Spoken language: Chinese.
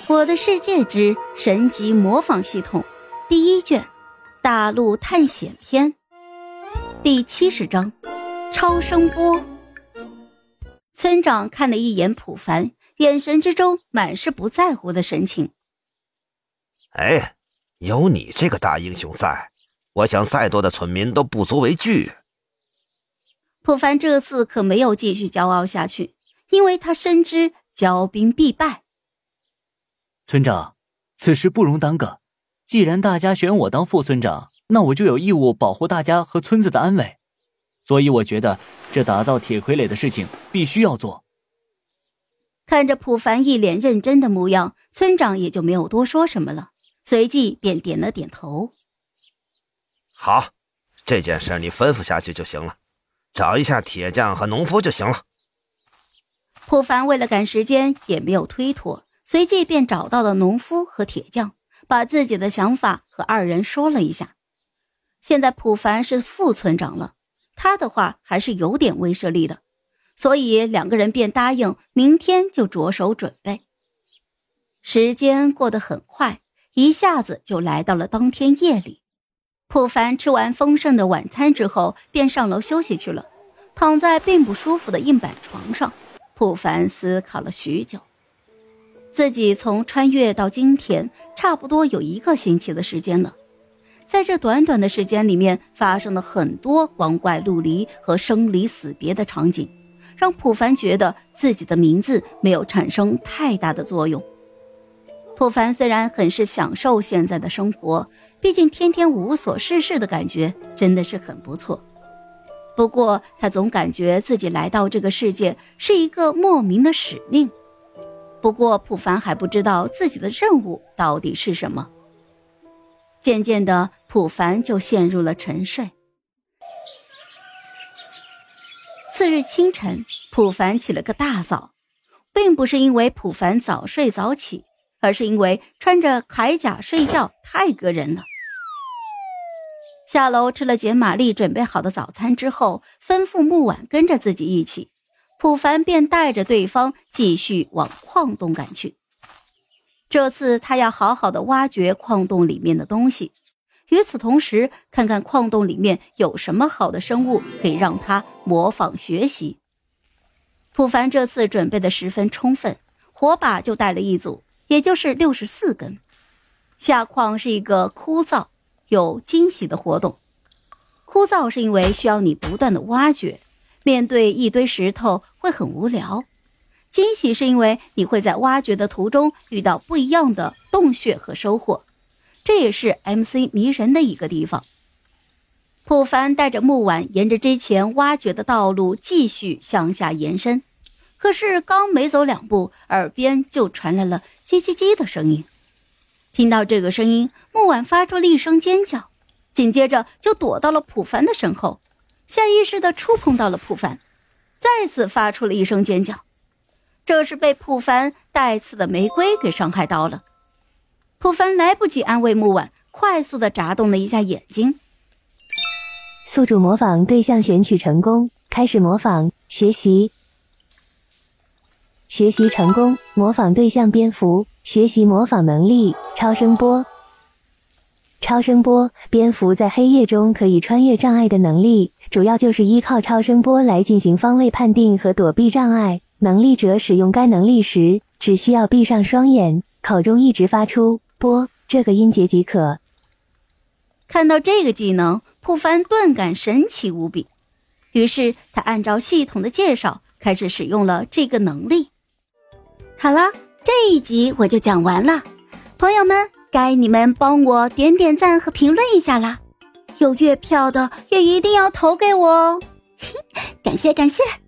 我的世界之神级模仿系统第一卷大陆探险篇第70章超声波。村长看了一眼普凡，眼神之中满是不在乎的神情。 哎，有你这个大英雄在，我想再多的村民都不足为惧。 普凡这次可没有继续骄傲下去，因为他深知骄兵必败。 村长，此事不容耽搁，既然大家选我当副村长，那我就有义务保护大家和村子的安危，所以我觉得这打造铁傀儡的事情必须要做。 看着普凡一脸认真的模样，村长也就没有多说什么了，随即便点了点头。 好，这件事你吩咐下去就行了，找一下铁匠和农夫就行了。 普凡为了赶时间也没有推脱，随即便找到了农夫和铁匠，把自己的想法和二人说了一下。现在普凡是副村长了，他的话还是有点威慑力的，所以两个人便答应明天就着手准备。时间过得很快，一下子就来到了当天夜里。普凡吃完丰盛的晚餐之后便上楼休息去了，躺在并不舒服的硬板床上，普凡思考了许久。自己从穿越到今天差不多有1个星期的时间了，在这短短的时间里面发生了很多光怪陆离和生离死别的场景，让普凡觉得自己的名字没有产生太大的作用。普凡虽然很是享受现在的生活，毕竟天天无所事事的感觉真的是很不错，不过他总感觉自己来到这个世界是一个莫名的使命。不过普凡还不知道自己的任务到底是什么。渐渐的，普凡就陷入了沉睡。次日清晨，普凡起了个大早，并不是因为普凡早睡早起，而是因为穿着铠甲睡觉太膈人了。下楼吃了简玛丽准备好的早餐之后，吩咐木婉跟着自己一起，普凡便带着对方继续往矿洞赶去。这次他要好好的挖掘矿洞里面的东西，与此同时看看矿洞里面有什么好的生物可以让他模仿学习。普凡这次准备的十分充分，火把就带了一组，也就是64根。下矿是一个枯燥有惊喜的活动。枯燥是因为需要你不断的挖掘，面对一堆石头会很无聊。惊喜是因为你会在挖掘的途中遇到不一样的洞穴和收获，这也是 MC 迷人的一个地方。普凡带着木婉沿着之前挖掘的道路继续向下延伸，可是刚没走2步，耳边就传来了叽叽叽的声音。听到这个声音，木婉发出了一声尖叫，紧接着就躲到了普凡的身后，下意识地触碰到了普凡，再次发出了一声尖叫。这是被普凡带刺的玫瑰给伤害到了。普凡来不及安慰木婉，快速地眨动了一下眼睛。 宿主模仿对象选取成功，开始模仿，学习。学习成功，模仿对象蝙蝠，学习模仿能力，超声波。超声波，蝙蝠在黑夜中可以穿越障碍的能力，主要就是依靠超声波来进行方位判定和躲避障碍。能力者使用该能力时，只需要闭上双眼，口中一直发出波这个音节即可。 看到这个技能，普凡顿感神奇无比，于是他按照系统的介绍开始使用了这个能力。好了，这一集我就讲完了，朋友们，该你们帮我点点赞和评论一下啦，有月票的也一定要投给我哦，感谢感谢。